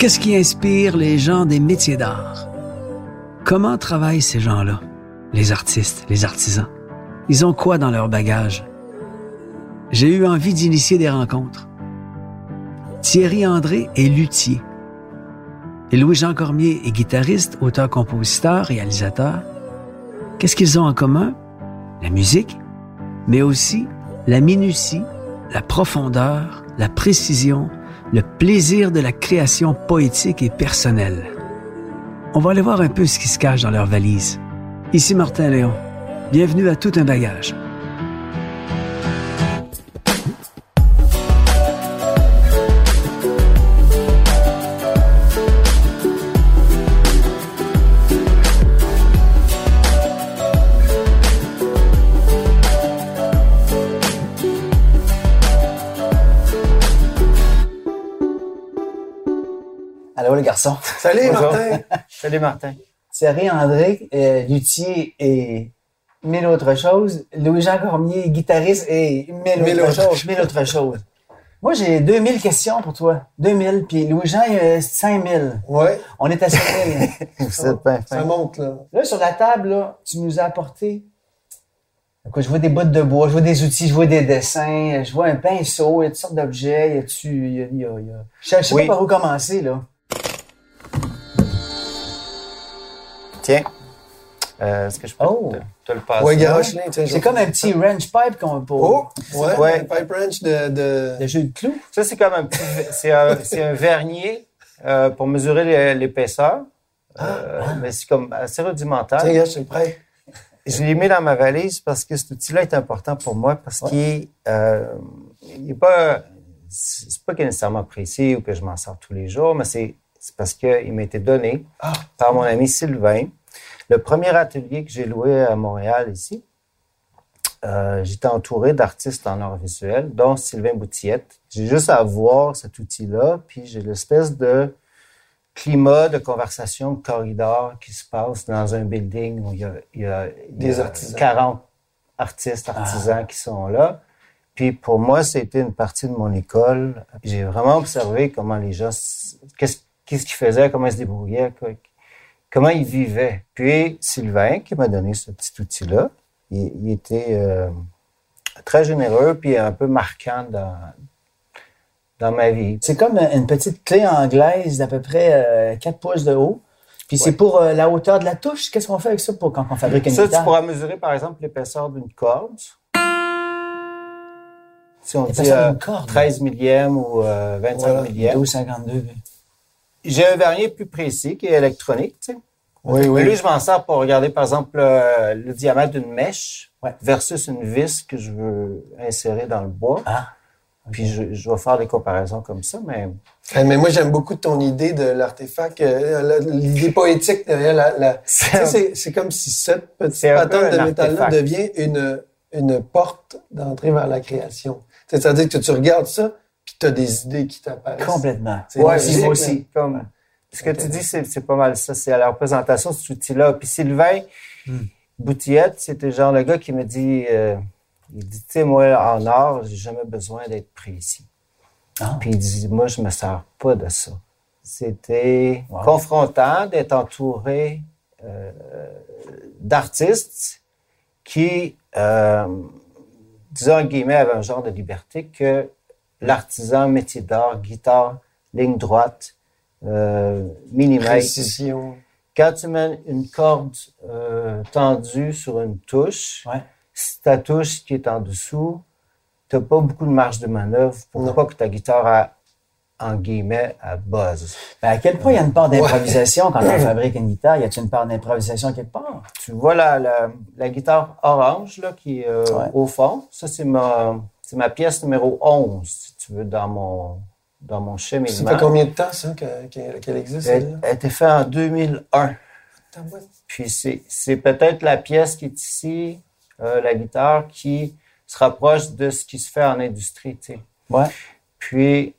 Qu'est-ce qui inspire les gens des métiers d'art? Comment travaillent ces gens-là? Les artistes, les artisans. Ils ont quoi dans leur bagage? J'ai eu envie d'initier des rencontres. Thierry André est luthier. Et Louis-Jean Cormier est guitariste, auteur-compositeur, réalisateur. Qu'est-ce qu'ils ont en commun? La musique, mais aussi la minutie, la profondeur, la précision, le plaisir de la création poétique et personnelle. On va aller voir un peu ce qui se cache dans leurs valises. Ici Martin Léon. Bienvenue à Tout un bagage. Allô les garçons. Salut Bonjour. Martin. Salut Martin. Thierry André, luthier et mille autres choses. Louis-Jean Cormier, guitariste et mille autres choses. Moi, j'ai 2000 questions pour toi. 2000, puis Louis-Jean, il a 5000. Ouais. On est à 5000. Vous êtes bien fin. Ça monte, là. Là, sur la table, là, tu nous as apporté... Écoute, je vois des bouts de bois, je vois des outils, je vois des dessins, je vois un pinceau, il y a toutes sortes d'objets, Je sais pas par où commencer, là. Tiens, est-ce que je peux te le passer? Ouais, garoche-les. C'est comme un petit wrench pipe qu'on Oh, Ouais. un pipe wrench de... de jeu de clous. Ça, c'est comme un petit... c'est un vernier pour mesurer l'épaisseur. Mais c'est comme assez rudimentaire. Tiens, gars, je suis prêt. Je l'ai mis dans ma valise parce que cet outil-là est important pour moi parce qu'il est pas... C'est pas qu'il est nécessairement précis ou que je m'en sers tous les jours, mais c'est parce qu'il m'a été donné par mon ami Sylvain. Le premier atelier que j'ai loué à Montréal, ici, j'étais entouré d'artistes en art visuel, dont Sylvain Boutillette. J'ai juste à voir cet outil-là, puis j'ai l'espèce de climat de conversation, de corridor qui se passe dans un building où il y a des artisans. 40 artistes, artisans qui sont là. Puis pour moi, c'était une partie de mon école. J'ai vraiment observé comment les gens... Qu'est-ce qu'ils faisaient, comment ils se débrouillaient, comment ils vivaient. Puis Sylvain, qui m'a donné ce petit outil-là, il était très généreux puis un peu marquant dans ma vie. C'est comme une petite clé anglaise d'à peu près 4 pouces de haut. Puis c'est pour la hauteur de la touche. Qu'est-ce qu'on fait avec ça pour quand on fabrique une guitare? Ça, tu pourras mesurer, par exemple, l'épaisseur d'une corde. Si on dit 13 millièmes ou 25 millièmes. 12,52. J'ai un vernier plus précis qui est électronique, tu sais. Oui. Lui, je m'en sers pour regarder, par exemple, le diamètre d'une mèche versus une vis que je veux insérer dans le bois. Okay. Puis je vais faire des comparaisons comme ça, mais... Mais moi, j'aime beaucoup ton idée de l'artefact, l'idée poétique derrière c'est comme si cette petite patente de métal-là devient une porte d'entrée vers la création. C'est-à-dire que tu regardes ça, puis tu as des idées qui t'apparaissent. Complètement. Moi aussi. Ce que tu dis, c'est pas mal ça. C'est à la représentation de cet outil-là. Puis Sylvain Boutillette, c'était le genre de gars qui me dit... il dit, tu sais, moi, en art, j'ai jamais besoin d'être précis. Puis il dit, moi, je me sers pas de ça. C'était confrontant d'être entouré d'artistes qui, disons, en guillemets, avaient un genre de liberté que l'artisan, métier d'art, guitare, ligne droite, millimètre. Précision. Quand tu mets une corde tendue sur une touche, si ta touche qui est en dessous, tu n'as pas beaucoup de marge de manœuvre pour pas que ta guitare, en guillemets, elle buzz. À quel point il y a une part d'improvisation quand on fabrique une guitare? Y a-t-il une part d'improvisation quelque part? Tu vois la guitare orange là, qui est au fond. Ça, c'est ma pièce numéro 11, si tu veux, dans mon cheminement. Ça fait combien de temps, ça, qu'elle existe? Elle a été faite en 2001. Puis c'est peut-être la pièce qui est ici, la guitare, qui se rapproche de ce qui se fait en industrie, tu sais. Ouais. Puis,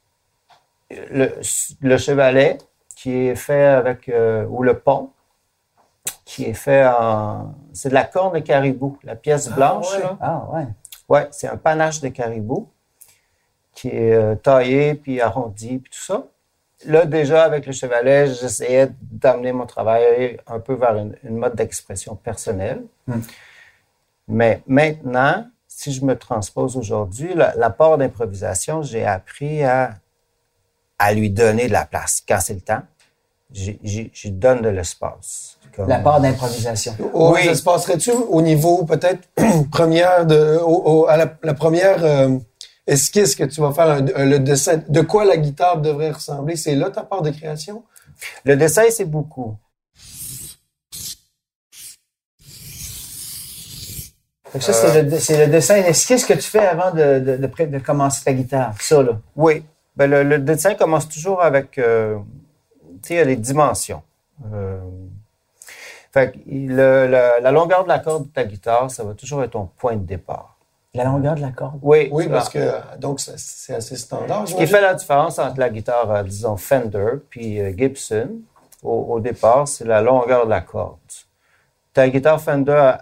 le chevalet, qui est fait avec... ou le pont, qui est fait en... C'est de la corne de caribou, la pièce blanche, là. Ah, ouais. Ouais, c'est un panache de caribou qui est taillé, puis arrondi, puis tout ça. là, déjà, avec le chevalet, j'essayais d'amener mon travail un peu vers une mode d'expression personnelle. Mais maintenant, si je me transpose aujourd'hui, l'apport d'improvisation, j'ai appris à lui donner de la place. Quand c'est le temps, j'y donne de l'espace. L'apport d'improvisation. Oui. Ça se passerait-tu au niveau, peut-être, la première esquisse que tu vas faire, le dessin, de quoi la guitare devrait ressembler? C'est là ta part de création? Le dessin, c'est beaucoup. Donc ça, c'est le dessin, l'esquisse que tu fais avant de commencer ta guitare, ça, là. Oui. Ben, le dessin commence toujours avec, tu sais, les dimensions. Fait que la longueur de la corde de ta guitare, ça va toujours être ton point de départ. La longueur de la corde? Oui. Oui, parce que, donc, c'est assez standard. Ce qui fait la différence entre la guitare, disons, Fender puis Gibson, au départ, c'est la longueur de la corde. Ta guitare Fender,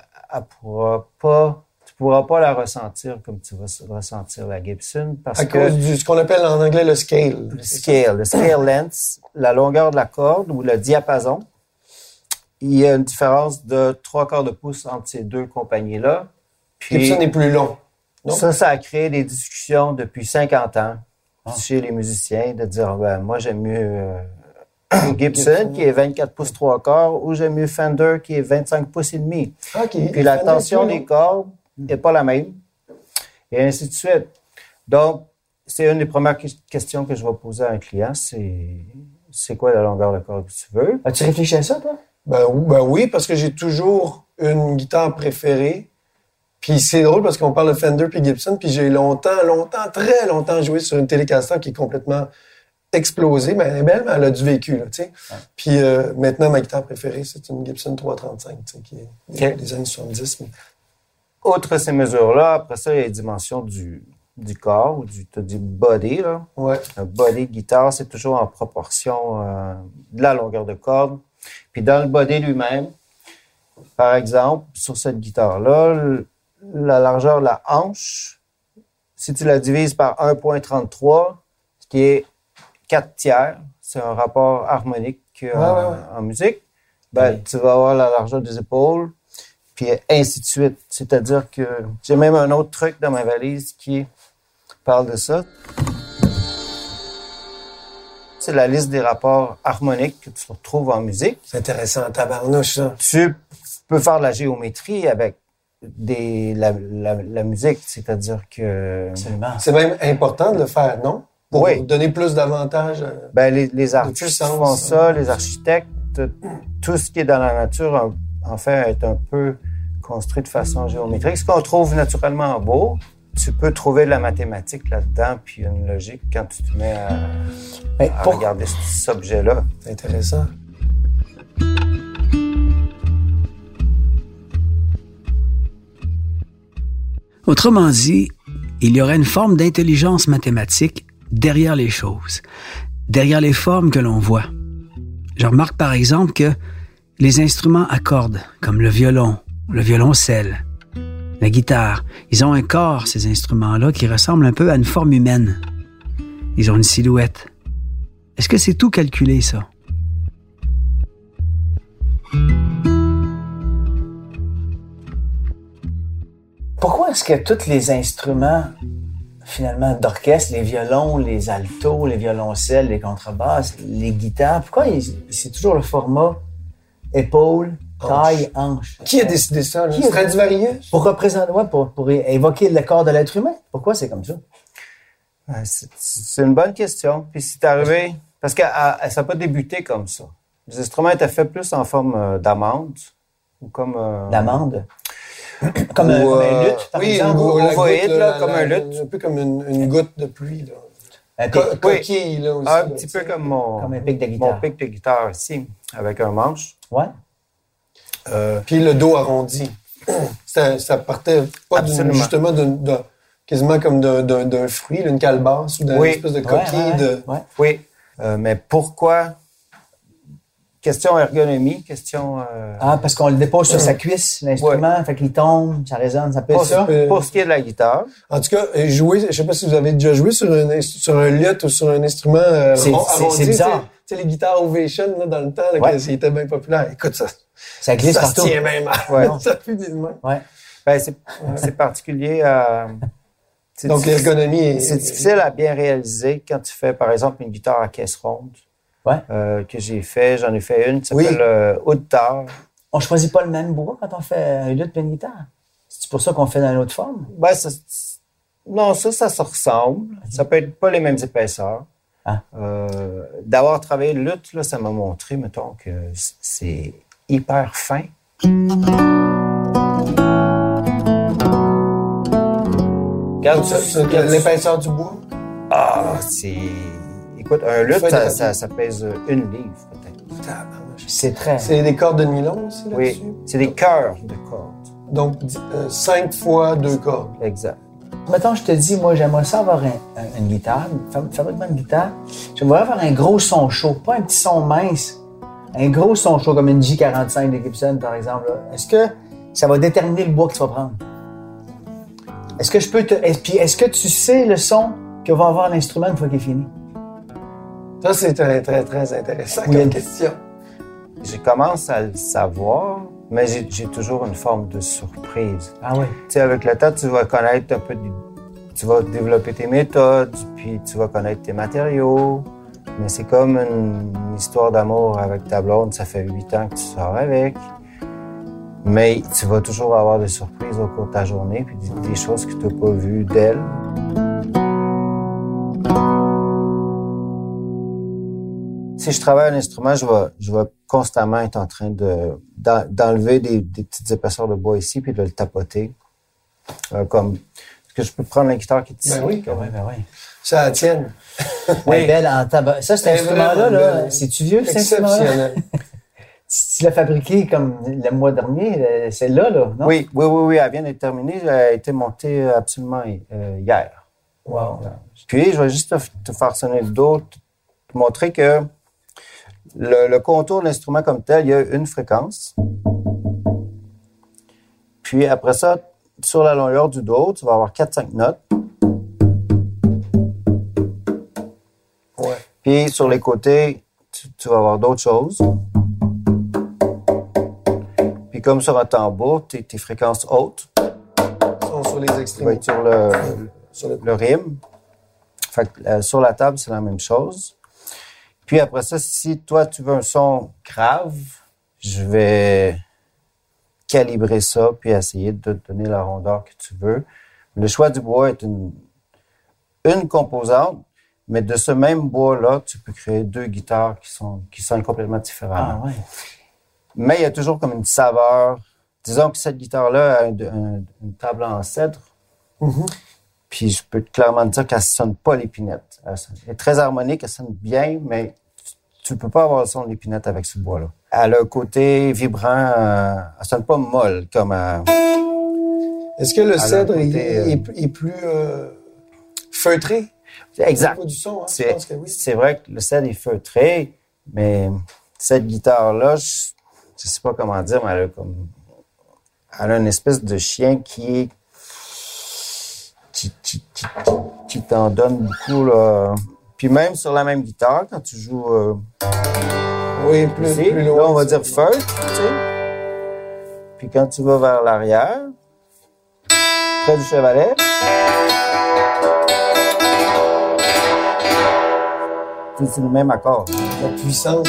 tu pourras pas la ressentir comme tu vas ressentir la Gibson parce que... À cause de ce qu'on appelle en anglais le scale. Le scale length, la longueur de la corde ou le diapason. Il y a une différence de 3/4 de pouce entre ces deux compagnies-là. Puis, Gibson est plus long. Non? Ça a créé des discussions depuis 50 ans chez les musiciens de dire, moi, j'aime mieux Gibson qui est 24 pouces 3/4 ou j'aime mieux Fender qui est 25 pouces et demi. Okay. Puis la tension des cordes n'est pas la même. Et ainsi de suite. Donc, c'est une des premières questions que je vais poser à un client, c'est quoi la longueur de corde que tu veux? As-tu réfléchi à ça, toi? Ben oui, parce que j'ai toujours une guitare préférée. Puis c'est drôle parce qu'on parle de Fender puis Gibson, puis j'ai très longtemps joué sur une Telecaster qui est complètement explosée. Mais elle est belle, mais elle a du vécu, là, tu sais. Ouais. Puis maintenant, ma guitare préférée, c'est une Gibson 335, tu sais, qui est des années 70. Mais... Outre ces mesures-là, après ça, il y a les dimensions du corps ou du body, là. Ouais. Un body de guitare, c'est toujours en proportion de la longueur de corde. Puis dans le body lui-même, par exemple, sur cette guitare-là, la largeur de la hanche, si tu la divises par 1,33, ce qui est 4/3, c'est un rapport harmonique en musique, tu vas avoir la largeur des épaules, puis ainsi de suite. C'est-à-dire que j'ai même un autre truc dans ma valise qui parle de ça. C'est la liste des rapports harmoniques que tu retrouves en musique. C'est intéressant, tabarnouche, ça. Tu peux faire de la géométrie avec la musique, c'est-à-dire que... Absolument. C'est même important de le faire, non? Pour donner plus d'avantages. Les artistes font ça, les architectes, tout ce qui est dans la nature, en fait, est un peu construit de façon géométrique. Ce qu'on trouve naturellement beau, tu peux trouver de la mathématique là-dedans, puis une logique quand tu te mets à regarder cet objet-là. C'est intéressant. Autrement dit, il y aurait une forme d'intelligence mathématique derrière les choses, derrière les formes que l'on voit. Je remarque par exemple que les instruments à cordes, comme le violon, le violoncelle, la guitare, ils ont un corps, ces instruments-là, qui ressemble un peu à une forme humaine. Ils ont une silhouette. Est-ce que c'est tout calculé, ça? Pourquoi est-ce que tous les instruments, finalement, d'orchestre, les violons, les altos, les violoncelles, les contrebasses, les guitares, pourquoi c'est toujours le format épaule, taille, hanche? Qui a décidé ça? Là? Stradivarius? Pour représenter, pour évoquer le corps de l'être humain. Pourquoi c'est comme ça? C'est une bonne question. Puis c'est arrivé... Parce que ça n'a pas débuté comme ça. Les instruments étaient faits plus en forme d'amande. Ou comme... D'amande? Comme un luth, par exemple? Oui, ovoïde, comme un luth. Un peu comme une goutte de pluie, là. Coquille, là, aussi. Un petit peu comme un pic de guitare. Mon pic de guitare ici, avec un manche. Ouais. Puis le dos arrondi. Ça partait pas justement quasiment comme d'un fruit, d'une calebasse ou d'une espèce de coquille. Oui. Mais pourquoi question ergonomie, parce qu'on le dépose sur sa cuisse, l'instrument, fait qu'il tombe, ça résonne, ça peut être ça. Pour ce qui est de la guitare. En tout cas, je sais pas si vous avez déjà joué sur un luth ou sur un instrument c'est bizarre. Tu sais, les guitares Ovation, là, dans le temps, là, qui étaient bien populaires. Écoute, ça glisse partout. Ça tient même mal. Ouais. Ça fait des mains. Ouais. Ben, c'est particulier à... Donc, l'ergonomie c'est difficile à bien réaliser quand tu fais, par exemple, une guitare à caisse ronde. Ouais. Que j'en ai fait une qui s'appelle Oud-Tar. On choisit pas le même bois quand on fait un luth et une guitare? C'est pour ça qu'on fait dans une autre forme? Ben, non, ça se ressemble. Ça peut être pas les mêmes épaisseurs. Ah. D'avoir travaillé le luth, là, ça m'a montré, mettons, que c'est hyper fin. Regarde l'épaisseur du bois. Ah, c'est... Écoute, un luth, ça pèse 1 livre, peut-être. C'est des cordes de nylon aussi, là-dessus? Oui, c'est des cœurs de cordes. Donc, 5 fois 2 cordes. Exact. Mettons, je te dis, moi, j'aimerais ça avoir une guitare, fabriquement une guitare. J'aimerais avoir un gros son chaud, pas un petit son mince. Un gros son chaud, comme une J45 de Gibson, par exemple. Là. Est-ce que ça va déterminer le bois que tu vas prendre? Est-ce que je peux Puis, est-ce que tu sais le son que va avoir l'instrument une fois qu'il est fini? Ça, c'est très, très, très intéressant comme question. Je commence à le savoir, mais j'ai toujours une forme de surprise. Ah oui? Tu sais, avec le temps, tu vas connaître un peu... Tu vas développer tes méthodes, puis tu vas connaître tes matériaux. Mais c'est comme une histoire d'amour avec ta blonde. Ça fait 8 ans que tu sors avec. Mais tu vas toujours avoir des surprises au cours de ta journée, puis des choses que tu n'as pas vues d'elle. Si je travaille un instrument, je vais constamment être en train d'enlever des petites épaisseurs de bois ici, puis de le tapoter. Comme, est-ce que je peux prendre la guitare qui est ici? Ben oui. Ça la tienne. Oui. Belle en tabac. Ça, cet instrument-là, c'est-tu vieux, cet instrument-là? Tu l'as fabriqué comme le mois dernier, celle-là, non? Oui, elle vient d'être terminée. Elle a été montée absolument hier. Wow. Puis, je vais juste te faire sonner le dos, te montrer que le contour de l'instrument comme tel, il y a une fréquence. Puis après ça, sur la longueur du dos, tu vas avoir 4-5 notes. Ouais. Puis sur les côtés, tu vas avoir d'autres choses. Puis comme sur un tambour, tes fréquences hautes sont sur les extrémités. Sur le rime. Fait que, sur la table, c'est la même chose. Puis après ça, si toi, tu veux un son grave, je vais calibrer ça puis essayer de te donner la rondeur que tu veux. Le choix du bois est une composante, mais de ce même bois-là, tu peux créer 2 guitares qui sonnent complètement différemment. Ah ouais. Mais il y a toujours comme une saveur. Disons que cette guitare-là a une table en cèdre. Mm-hmm. Puis je peux clairement te dire qu'elle ne sonne pas l'épinette. Elle est très harmonique, elle sonne bien, mais tu ne peux pas avoir le son de l'épinette avec ce bois-là. Elle a un côté vibrant, elle ne sonne pas molle comme... Est-ce que le cèdre est plus feutré? Exact. Au niveau du son, je pense que oui. C'est vrai que le cèdre est feutré, mais cette guitare-là, je ne sais pas comment dire, mais elle a une espèce de chien qui t'en donne beaucoup, là. Puis même sur la même guitare, quand tu joues... oui, plus loin. Là, on va dire feutre, tu sais. Puis quand tu vas vers l'arrière, près du chevalet, c'est le même accord. La puissance.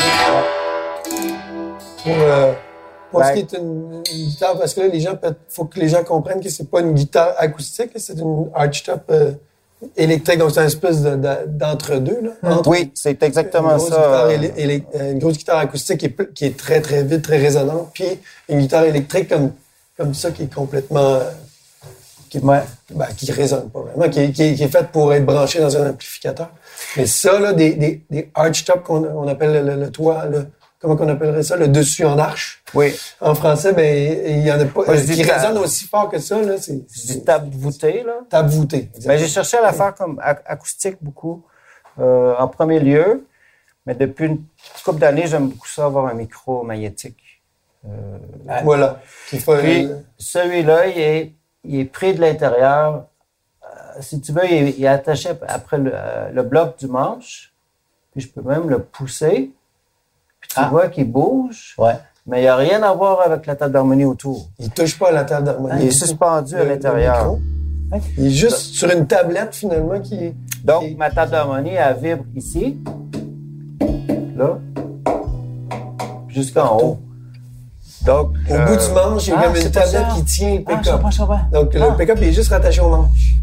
Pour ce qui est une guitare, parce que là, faut que les gens comprennent que c'est pas une guitare acoustique, c'est une archtop électrique, donc c'est une espèce d'entre-deux. Là, oui, c'est exactement ça. Une grosse guitare acoustique qui est très, très vite, très résonante, puis une guitare électrique comme ça qui est complètement... qui résonne pas vraiment, qui est faite pour être branchée dans un amplificateur. Mais ça, là, des archtops qu'on appelle le toit, comment qu'on appellerait ça? Le dessus en arche. Oui. En français, il y en a pas. Qui résonne aussi fort que ça, là. C'est du table voûtée, là. Table voûtée. Ben, j'ai cherché à la faire comme acoustique beaucoup, en premier lieu. Mais depuis une couple d'années, j'aime beaucoup ça, avoir un micro magnétique. Voilà. Puis, celui-là, il est pris de l'intérieur. Si tu veux, il est attaché après le bloc du manche. Puis je peux même le pousser. Puis tu vois qu'il bouge. Ouais. Mais il n'y a rien à voir avec la table d'harmonie autour. Il touche pas à la table d'harmonie. Il est suspendu à l'intérieur. Il est juste sur une tablette, finalement, qui... Donc, ma table d'harmonie, elle vibre ici. Là. Jusqu'en haut. Donc, au bout du manche, il y a comme une tablette qui tient le pick-up. Donc, le pick-up, il est juste rattaché au manche.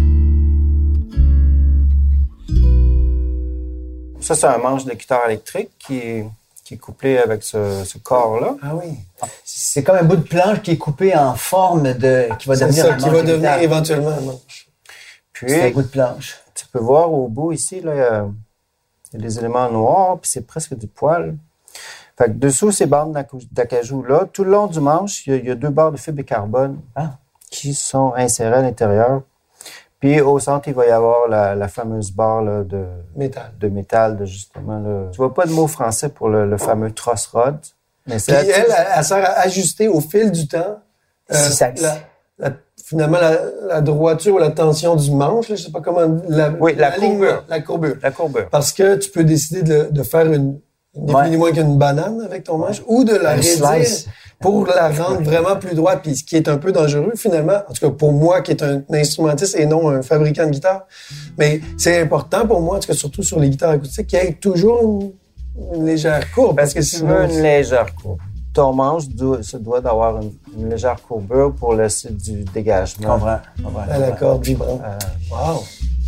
Ça, c'est un manche de guitare électrique qui est couplé avec ce corps-là. Ah oui. C'est comme un bout de planche qui est coupé en forme qui va devenir un manche. Qui va devenir éventuellement un manche. Puis, c'est un bout de planche. Tu peux voir au bout ici, là, il y a des éléments noirs, puis c'est presque du poil. Fait que dessous ces bandes d'acajou-là, tout le long du manche, il y a 2 barres de fibre de carbone qui sont insérées à l'intérieur. Puis au centre, il va y avoir la fameuse barre là, de métal, justement. Là. Tu vois pas de mot français pour le fameux truss rod. Mais puis elle sert à ajuster au fil du temps finalement la droiture ou la tension du manche. Là, je sais pas comment... La courbure. La courbure. Parce que tu peux décider de faire ni plus ni moins qu'une banane avec ton manche ou de la raidir pour la rendre vraiment plus droite, puis ce qui est un peu dangereux finalement, en tout cas pour moi qui est un instrumentiste et non un fabricant de guitare. Mais c'est important pour moi, en tout cas surtout sur les guitares acoustiques, qu'il y ait toujours une légère courbe. Parce que si tu veux une légère courbe, ton manche se doit d'avoir une légère courbure pour laisser du dégagement. À la corde vibrante. Wow!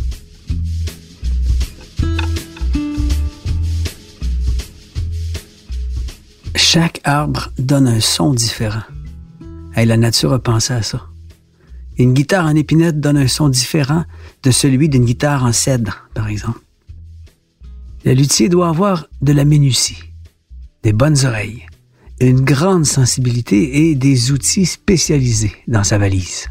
Chaque arbre donne un son différent. Hey, la nature a pensé à ça. Une guitare en épinette donne un son différent de celui d'une guitare en cèdre, par exemple. Le luthier doit avoir de la minutie, des bonnes oreilles, une grande sensibilité et des outils spécialisés dans sa valise.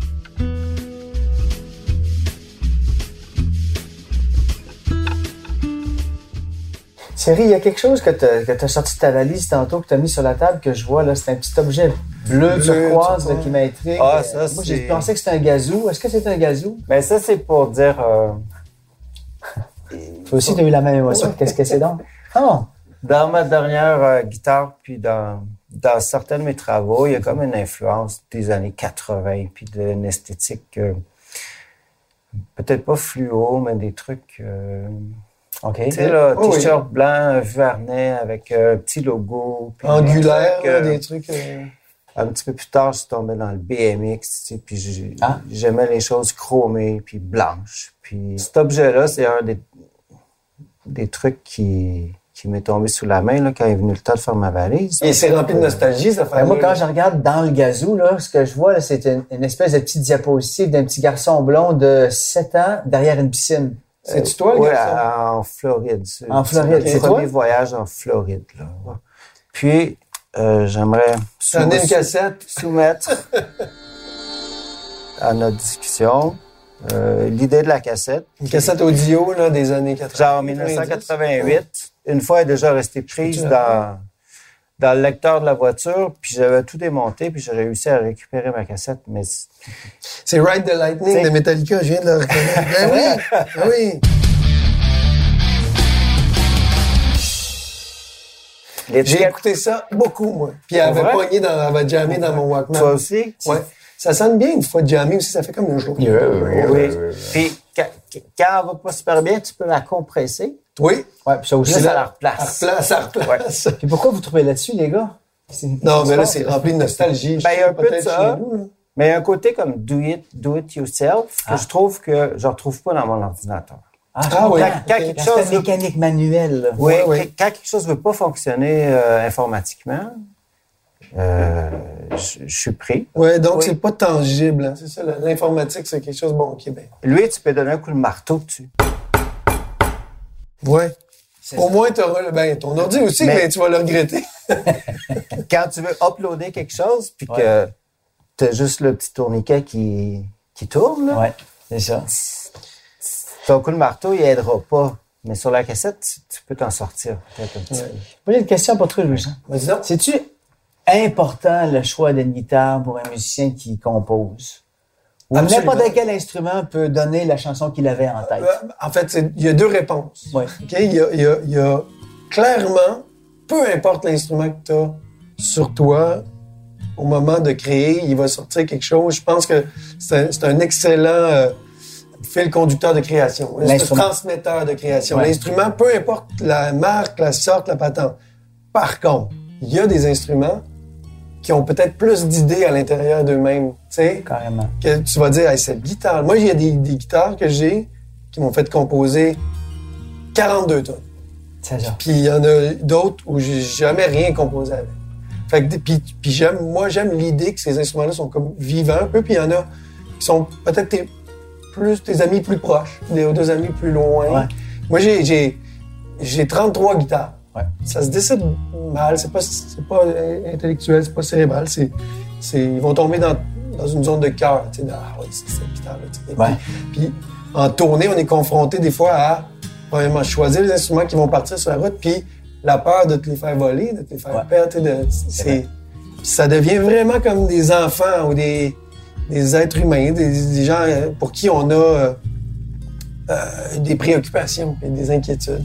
Thierry, il y a quelque chose que tu as sorti de ta valise tantôt, que tu as mis sur la table, que je vois, là, c'est un petit objet bleu turquoise qui m'intrigue. Ah, ça, moi, j'ai pensé que c'était un gazou. Est-ce que c'est un gazou? Ben ça, c'est pour dire... Toi aussi, tu as eu la même émotion. Qu'est-ce que c'est donc? Oh. Dans ma dernière guitare, puis dans certains de mes travaux, il y a comme une influence des années 80, puis d'une esthétique peut-être pas fluo, mais des trucs... OK. Tu sais, là, t-shirt blanc, vernet avec un petit logo. Angulaire, des trucs... Un petit peu plus tard, je suis tombé dans le BMX, tu sais, puis j'aimais les choses chromées, puis blanches. Puis cet objet-là, c'est un des trucs qui m'est tombé sous la main là, quand est venu le temps de faire ma valise. Et c'est rempli de nostalgie, ça fait. Moi, quand je regarde dans le gazou, là, ce que je vois, là, c'est une espèce de petite diapositive d'un petit garçon blond de 7 ans derrière une piscine. C'est-tu toi, le garçon? Oui, en Floride. En Floride, c'est mon premier voyage en Floride. Là. Puis, j'aimerais soumettre à notre discussion l'idée de la cassette. Une cassette audio là, des années 80. Genre en 1988. Une fois, elle est déjà restée prise dans le lecteur de la voiture, puis j'avais tout démonté, puis j'ai réussi à récupérer ma cassette. Mais c'est Ride the Lightning de Metallica, je viens de le reconnaître. Ben oui. J'ai écouté ça beaucoup, moi. Puis elle avait jammé dans mon Walkman. Toi aussi? Oui. Ça sonne bien une fois jammer aussi, ça fait comme un jour. Oui. Puis quand elle va pas super bien, tu peux la compresser. Oui. Ouais, puis ça aussi, ça la replace. Ça replace. Puis pourquoi vous trouvez là-dessus, les gars? Non, mais là, c'est rempli de nostalgie. Ben, il y a un peu de ça. Mais il y a un côté comme do it yourself que je trouve que je retrouve pas dans mon ordinateur. Oui. Quand quelque chose mécanique manuelle. Là. Oui. Quand quelque chose veut pas fonctionner informatiquement, je suis pris. Oui, donc c'est pas tangible. Hein. C'est ça, l'informatique, c'est quelque chose qui est bien. Lui, tu peux donner un coup de marteau dessus. Oui. Au moins, tu auras ton ordi aussi, mais tu vas le regretter. Quand tu veux uploader quelque chose, puis que tu as juste le petit tourniquet qui tourne, là. Oui, c'est ça. Ton coup de marteau, il aidera pas. Mais sur la cassette, tu peux t'en sortir peut-être un petit peu. Moi, j'ai une question pour toi, Louis. Vas-y donc. C'est-tu important le choix d'une guitare pour un musicien qui compose? Ou n'importe quel instrument peut donner la chanson qu'il avait en tête? En fait, il y a deux réponses. Ouais. Okay? Il y a clairement, peu importe l'instrument que tu as sur toi, au moment de créer, il va sortir quelque chose. Je pense que c'est un excellent fil conducteur de création, un transmetteur de création. Ouais. L'instrument, peu importe la marque, la sorte, la patente. Par contre, il y a des instruments qui ont peut-être plus d'idées à l'intérieur d'eux-mêmes, tu sais. Carrément. Que tu vas dire, hey, cette guitare. Moi, il y a des guitares que j'ai qui m'ont fait composer 42 tonnes. C'est ça. Puis il y en a d'autres où j'ai jamais rien composé avec. Fait que, puis j'aime l'idée que ces instruments-là sont comme vivants un peu, puis il y en a qui sont peut-être tes amis plus proches, des deux amis plus loin. Ouais. Moi, j'ai 33 guitares. Ouais. Ça se décide mal, c'est pas intellectuel, c'est pas cérébral, ils vont tomber dans une zone de cœur, tu sais, oui, c'est cette guitare-là. Ouais. Puis en tournée, on est confronté des fois à, premièrement, choisir les instruments qui vont partir sur la route, puis la peur de te les faire voler, de te les faire perdre, ça devient vraiment comme des enfants ou des êtres humains, des gens pour qui on a des préoccupations et des inquiétudes.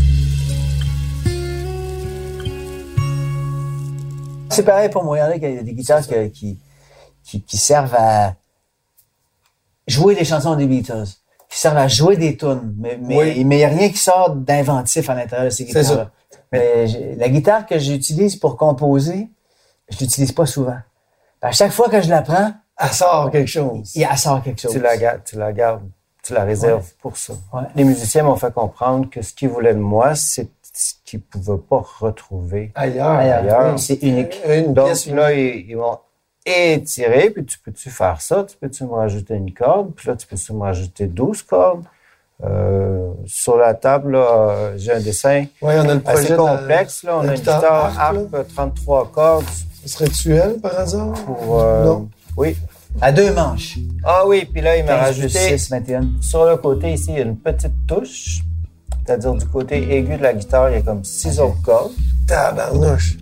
C'est pareil pour moi. Il y en a des guitares qui servent à jouer des chansons des Beatles, qui servent à jouer des tunes, mais il n'y a rien qui sort d'inventif à l'intérieur de ces guitares-là. Mais la guitare que j'utilise pour composer, je l'utilise pas souvent. À chaque fois que je la prends, elle sort quelque chose. Elle sort quelque chose. Tu la gardes, tu la réserves pour ça. Ouais. Les musiciens m'ont fait comprendre que ce qu'ils voulaient de moi, c'est ce qu'ils ne pouvaient pas retrouver ailleurs. Oui, c'est unique. Donc là, ils vont étirer, puis tu peux-tu faire ça? Tu peux-tu me rajouter une corde? Puis là, tu peux-tu me rajouter 12 cordes? Sur la table, là, j'ai un dessin assez complexe. Là. On a une guitare harpe 33 cordes. Ce serait-tu elle, par hasard? Non. Oui. À 2 manches. Ah oui, puis là, il m'a rajouté 6, 21. Sur le côté ici, il y a une petite touche. C'est-à-dire du côté aigu de la guitare, il y a comme 6 autres cordes. Tabarnouche!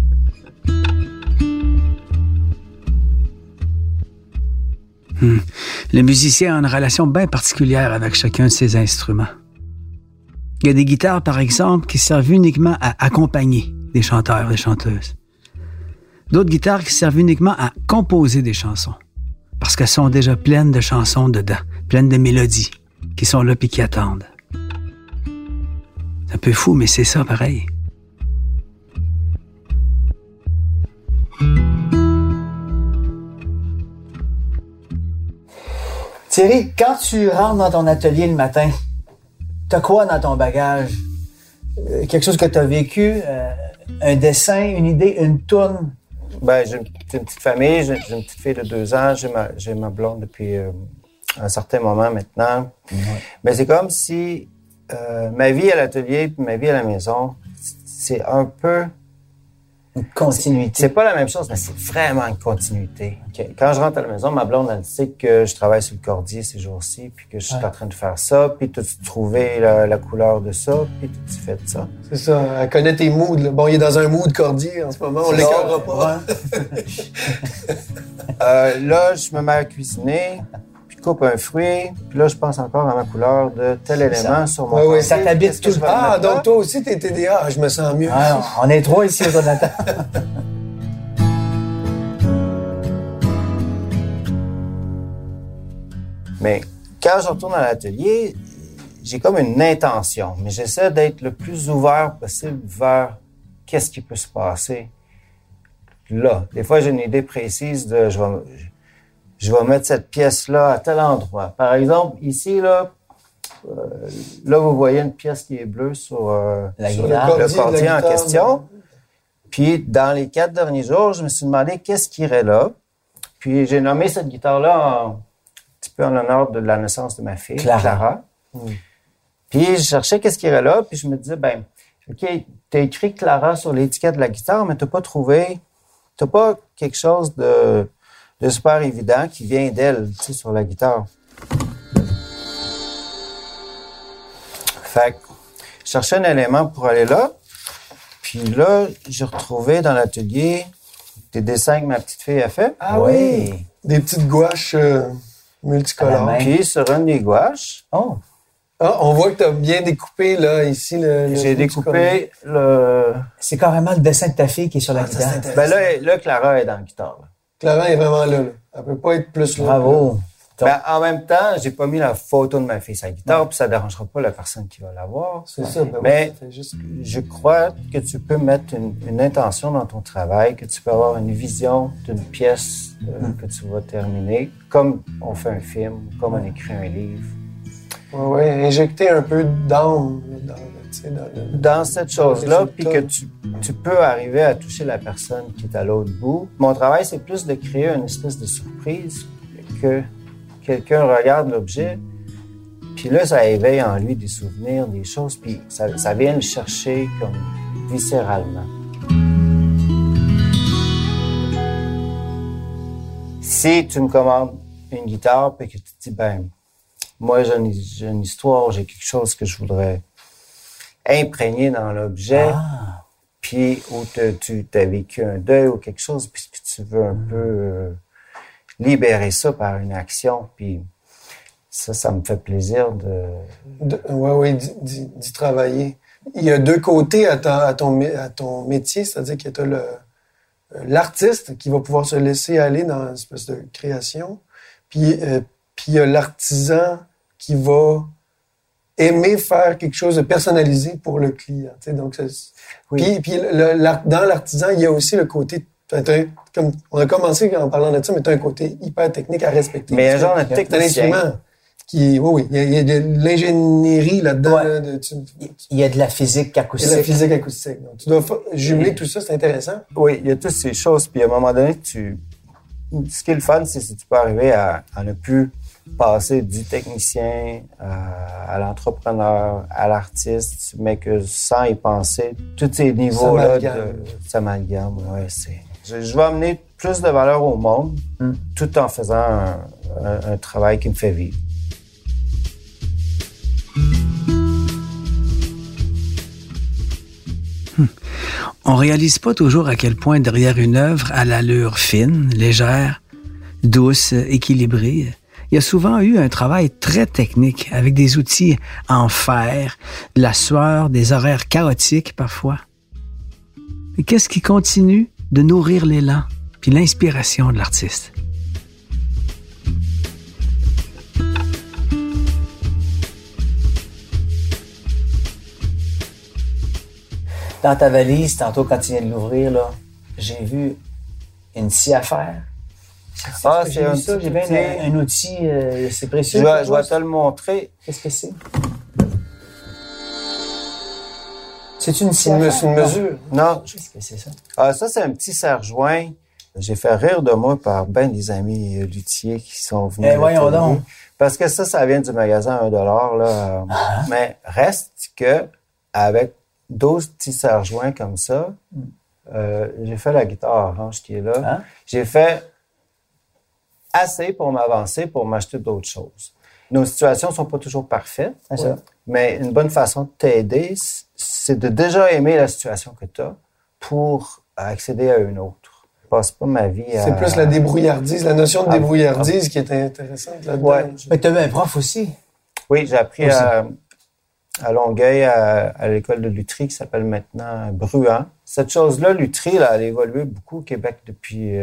Le musicien a une relation bien particulière avec chacun de ses instruments. Il y a des guitares, par exemple, qui servent uniquement à accompagner des chanteurs, des chanteuses. D'autres guitares qui servent uniquement à composer des chansons, parce qu'elles sont déjà pleines de chansons dedans, pleines de mélodies, qui sont là puis qui attendent. C'est un peu fou, mais c'est ça pareil. Thierry, quand tu rentres dans ton atelier le matin, t'as quoi dans ton bagage? Quelque chose que t'as vécu? Un dessin, une idée, une toune? Ben, j'ai une petite famille, j'ai une petite fille de 2 ans, j'ai ma blonde depuis un certain moment maintenant. Mais c'est comme si ma vie à l'atelier et ma vie à la maison, c'est un peu... Une continuité. C'est pas la même chose, mais c'est vraiment une continuité. Okay. Quand je rentre à la maison, ma blonde, elle sait que je travaille sur le cordier ces jours-ci, puis que je suis en train de faire ça, puis tu trouvé la couleur de ça, puis tu fais de ça. C'est ça, elle connaît tes moods. Là. Bon, il est dans un mood cordier en ce moment, on l'écœurera pas. Là, je me mets à cuisiner, puis coupe un fruit, puis là, je pense encore à ma couleur de tel élément sur mon cordier. Ça t'habite tout le temps. Ah, donc toi aussi, t'es TDA, je me sens mieux. Ah, on est 3 ici, Jonathan. Mais quand je retourne à l'atelier, j'ai comme une intention, mais j'essaie d'être le plus ouvert possible vers qu'est-ce qui peut se passer là. Des fois, j'ai une idée précise de je vais mettre cette pièce-là à tel endroit. Par exemple, ici, là, vous voyez une pièce qui est bleue sur le cordier en question. Puis, dans les 4 derniers jours, je me suis demandé qu'est-ce qui irait là. Puis, j'ai nommé cette guitare-là un petit peu en l'honneur de la naissance de ma fille, Clara. Puis, je cherchais qu'est-ce qui irait là. Puis, je me disais, OK, t'as écrit Clara sur l'étiquette de la guitare, mais t'as pas quelque chose de super évident qui vient d'elle, tu sais, sur la guitare. Fait que Je cherchais un élément pour aller là. Puis là, j'ai retrouvé dans l'atelier des dessins que ma petite fille a fait. Ah oui! Des petites gouaches multicolores. Puis sur une des gouaches... Oh! Ah, on voit que tu as bien découpé, là, ici, j'ai découpé le... C'est carrément le dessin de ta fille qui est sur la guitare. Ben là, Clara est dans la guitare. Là. Clara est vraiment là. Elle peut pas être plus là. Bravo! Ben, en même temps, j'ai pas mis la photo de ma fille sur la guitare, puis ça dérangera pas la personne qui va la voir. C'est ça. Ben mais oui, juste... je crois que tu peux mettre une intention dans ton travail, que tu peux avoir une vision d'une pièce que tu vas terminer, comme on fait un film, comme on écrit un livre. Oui, injecter un peu d'âme dans cette chose-là, puis que tu peux arriver à toucher la personne qui est à l'autre bout. Mon travail, c'est plus de créer une espèce de surprise, que quelqu'un regarde l'objet, puis là, ça éveille en lui des souvenirs, des choses, puis ça vient le chercher comme viscéralement. Si tu me commandes une guitare, puis que tu te dis, ben, moi, j'ai une histoire, j'ai quelque chose que je voudrais imprégner dans l'objet, puis où tu as vécu un deuil ou quelque chose, puis que tu veux un peu libérer ça par une action, puis ça me fait plaisir d'y travailler. Il y a deux côtés à ton métier, c'est-à-dire que tu as l'artiste qui va pouvoir se laisser aller dans une espèce de création, puis il y a l'artisan qui va aimer faire quelque chose de personnalisé pour le client. Donc, oui. Puis dans l'artisan, il y a aussi le côté, comme on a commencé en parlant de ça, mais tu as un côté hyper technique à respecter. Mais un genre de technicien. Oui, il y a de l'ingénierie là-dedans. Ouais. Il y a de la physique acoustique. Il y a de la physique acoustique. Donc, tu dois jumeler tout ça, c'est intéressant. Oui, il y a toutes ces choses. Puis à un moment donné, ce qui est le fun, c'est si tu peux arriver à ne plus passer du technicien à l'entrepreneur, à l'artiste, mais que sans y penser, tous ces niveaux-là de s'amalgame, ouais, je vais amener plus de valeur au monde, tout en faisant un travail qui me fait vivre. On réalise pas toujours à quel point derrière une œuvre à l'allure fine, légère, douce, équilibrée, il y a souvent eu un travail très technique avec des outils en fer, de la sueur, des horaires chaotiques parfois. Et qu'est-ce qui continue de nourrir l'élan puis l'inspiration de l'artiste? Dans ta valise, tantôt, quand tu viens de l'ouvrir, là, j'ai vu une scie à faire. C'est un outil. J'ai bien un outil, c'est précieux. Je vais te le montrer. Qu'est-ce que c'est? C'est une scie à faire? C'est une mesure. Non. Qu'est-ce que c'est ça? Ça, c'est un petit serre-joint. J'ai fait rire de moi par ben des amis luthiers qui sont venus. Voyons donc. Parce que ça vient du magasin $1, là. Mais reste que avec 12 petits serre-joints comme ça, j'ai fait la guitare orange qui est là. J'ai fait assez pour m'avancer, pour m'acheter d'autres choses. Nos situations sont pas toujours parfaites, mais une bonne façon de t'aider, c'est de déjà aimer la situation que tu as pour accéder à une autre. Je passe pas ma vie à... C'est plus la débrouillardise, la notion de débrouillardise qui est intéressante là-dedans. Ouais. Mais tu as eu un prof aussi. Oui, j'ai appris à Longueuil, à l'école de lutherie qui s'appelle maintenant Bruant. Cette chose-là, lutherie, là, elle a évolué beaucoup au Québec depuis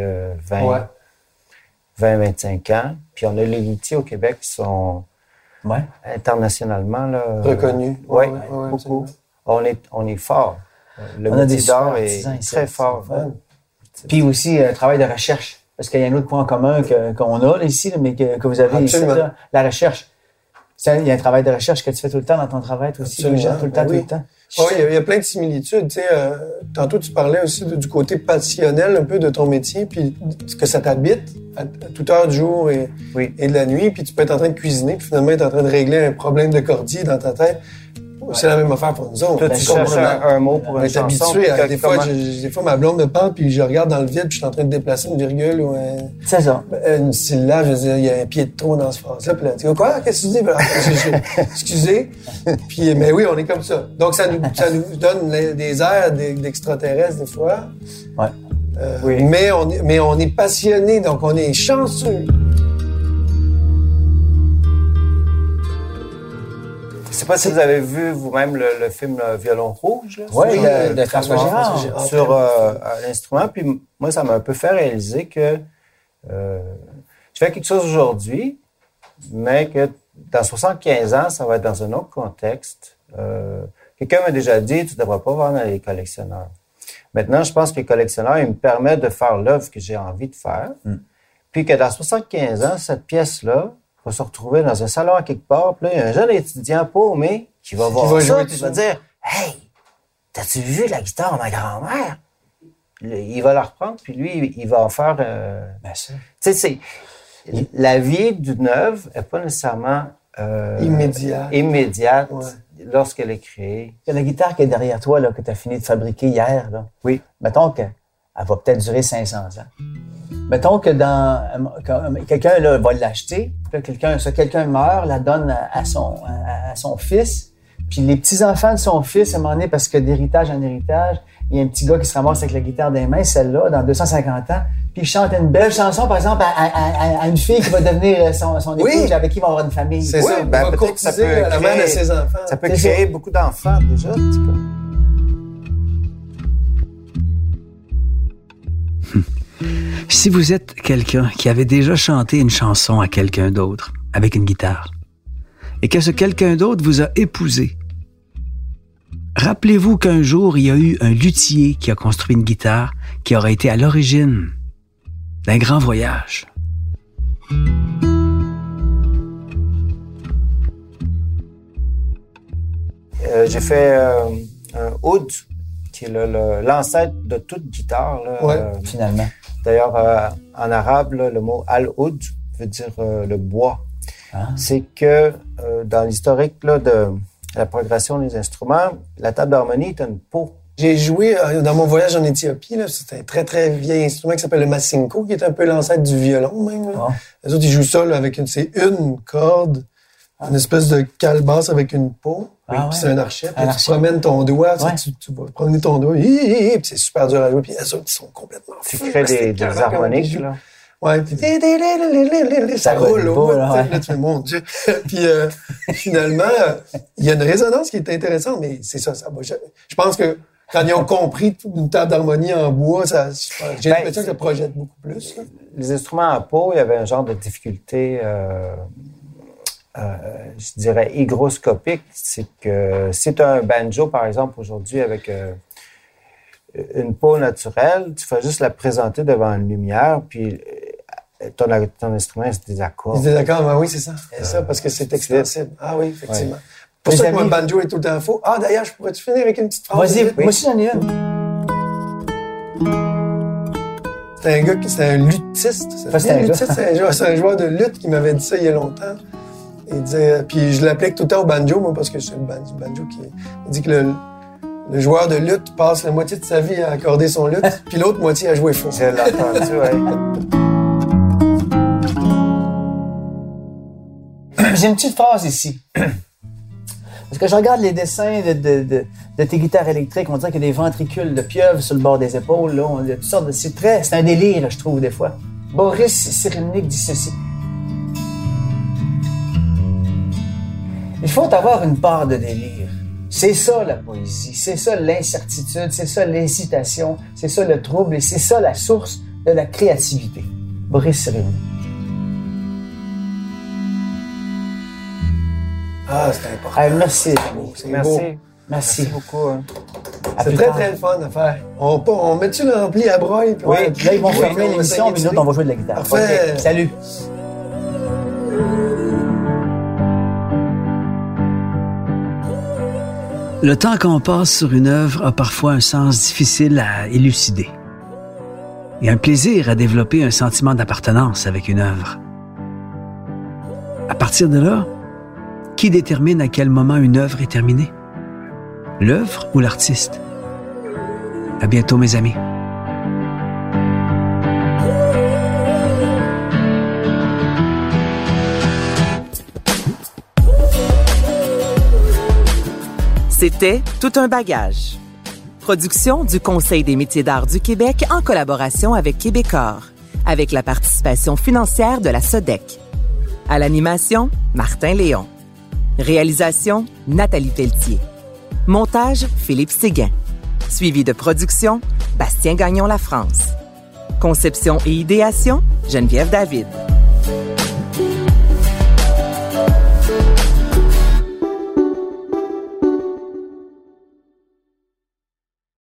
20-25 ans. Puis on a les luthiers au Québec qui sont internationalement là, reconnus. Oui, beaucoup. On est fort. Le métier d'art est très fort. Puis aussi, travail de recherche. Parce qu'il y a un autre point en commun qu'on a là, ici, mais que vous avez ici, là, la recherche. Il y a un travail de recherche que tu fais tout le temps dans ton travail, toi aussi. Tout le temps. Oui, il y a plein de similitudes. Tu sais, tantôt, tu parlais aussi du côté passionnel un peu de ton métier, puis que ça t'habite à toute heure du jour et de la nuit, puis tu peux être en train de cuisiner, puis finalement être en train de régler un problème de cordier dans ta tête. c'est la même affaire pour nous autres. Toi, tu cherches un mot pour une chanson. Habitué à, des fois, ma blonde me parle, puis je regarde dans le vide, puis je suis en train de déplacer une virgule ou c'est ça. Une syllabe. Je veux dire, il y a un pied de trop dans ce phrase-là. Puis là, tu dis, quoi? Qu'est-ce que tu dis? Excusez. Puis, mais oui, on est comme ça. Donc, ça nous donne des airs d'extraterrestres, des fois. Ouais. Oui. Mais on est passionné, donc on est chanceux. Je sais pas si vous avez vu vous-même le film Violon rouge. Oui, de François Girard. Sur l'instrument. Puis moi, ça m'a un peu fait réaliser que je fais quelque chose aujourd'hui, mais que dans 75 ans, ça va être dans un autre contexte. Quelqu'un m'a déjà dit, tu ne devrais pas vendre à les collectionneurs. Maintenant, je pense que les collectionneurs, ils me permettent de faire l'œuvre que j'ai envie de faire. Puis que dans 75 ans, cette pièce-là va se retrouver dans un salon à quelque part. Puis là, il y a un jeune étudiant paumé qui va voir ça, puis il va dire « Hey, t'as-tu vu la guitare de ma grand-mère? » Il va la reprendre, puis lui, il va en faire... Tu sais, la vie d'une œuvre n'est pas nécessairement... immédiate lorsqu'elle est créée. La guitare qui est derrière toi, là, que tu as fini de fabriquer hier, là, oui. Mettons qu'elle va peut-être durer 500 ans. Mettons que quelqu'un là, va l'acheter, quelqu'un meurt, la donne à son fils, puis les petits-enfants de son fils, à un moment donné, parce que d'héritage en héritage, il y a un petit gars qui se ramasse avec la guitare des mains, celle-là, dans 250 ans, puis il chante une belle chanson, par exemple, à une fille qui va devenir son épouse, avec qui il va avoir une famille. C'est ça, peut-être que ça peut la mère de ses enfants. Ça peut créer beaucoup d'enfants, déjà, en tout cas. Si vous êtes quelqu'un qui avait déjà chanté une chanson à quelqu'un d'autre avec une guitare et que ce quelqu'un d'autre vous a épousé, rappelez-vous qu'un jour, il y a eu un luthier qui a construit une guitare qui aurait été à l'origine d'un grand voyage. J'ai fait un oud, qui est l'ancêtre de toute guitare. Là, finalement. D'ailleurs, en arabe, là, le mot al-oud veut dire le bois. C'est que dans l'historique là, de la progression des instruments, la table d'harmonie est une peau. J'ai joué dans mon voyage en Éthiopie, là, c'est un très, très vieil instrument qui s'appelle le massinko, qui est un peu l'ancêtre du violon même. Là. Les autres, ils jouent ça là, avec c'est une corde, une espèce de calebasse avec une peau. Puis c'est un archet. Puis tu promènes ton doigt, tu vas promener ton doigt, puis c'est super dur à jouer. Puis les autres, ils sont complètement fous. Tu crées des harmoniques, là. Ouais, puis ça roule, là, tu fais, mon Dieu. Puis finalement, il y a une résonance qui est intéressante, mais c'est ça va. Je pense que quand ils ont compris une table d'harmonie en bois, j'ai l'impression que ça projette beaucoup plus. Là. Les instruments en peau, il y avait un genre de difficulté, je dirais, hygroscopique. C'est que si tu as un banjo, par exemple, aujourd'hui, avec une peau naturelle, tu fais juste la présenter devant une lumière, puis ton instrument se désaccorde. Il se désaccorde, ben oui, c'est ça. C'est ça, parce que c'est extensible. Ah oui, effectivement. Pour ça que mon banjo est tout le temps faux. Ah, d'ailleurs, je pourrais-tu finir avec une petite phrase? Vas-y, moi aussi j'en ai une. C'était un luthiste. C'est un joueur de luth qui m'avait dit ça il y a longtemps. Il disait, puis je l'applique tout le temps au banjo, moi, parce que c'est le banjo qui... Il dit que le joueur de luth passe la moitié de sa vie à accorder son luth, puis l'autre moitié à jouer faux. Je l'ai entendu, J'ai une petite phrase ici. Parce que je regarde les dessins de tes guitares électriques, on dirait qu'il y a des ventricules de pieuvre sur le bord des épaules. Là. Il y a toutes sortes de... C'est un délire, je trouve, des fois. Boris Cyrulnik dit ceci. Il faut avoir une part de délire. C'est ça la poésie, c'est ça l'incertitude, c'est ça l'hésitation, c'est ça le trouble et c'est ça la source de la créativité. Boris Cyrulnik. Ah, c'est important. Merci. Merci. Merci beaucoup. Hein. C'est très, très le fun à faire. On met-tu l'ampli à broye? Oui, là, ils vont fermer l'émission, mais nous, on va jouer de la guitare. Parfait. Okay. Salut. Le temps qu'on passe sur une œuvre a parfois un sens difficile à élucider. Il y a un plaisir à développer un sentiment d'appartenance avec une œuvre. À partir de là, qui détermine à quel moment une œuvre est terminée? l'œuvre ou l'artiste? À bientôt, mes amis. C'était Tout un bagage. Production du Conseil des métiers d'art du Québec en collaboration avec Québecor, avec la participation financière de la SODEC. À l'animation, Martin Léon. Réalisation, Nathalie Pelletier. Montage, Philippe Séguin. Suivi de production, Bastien Gagnon La France. Conception et idéation, Geneviève David.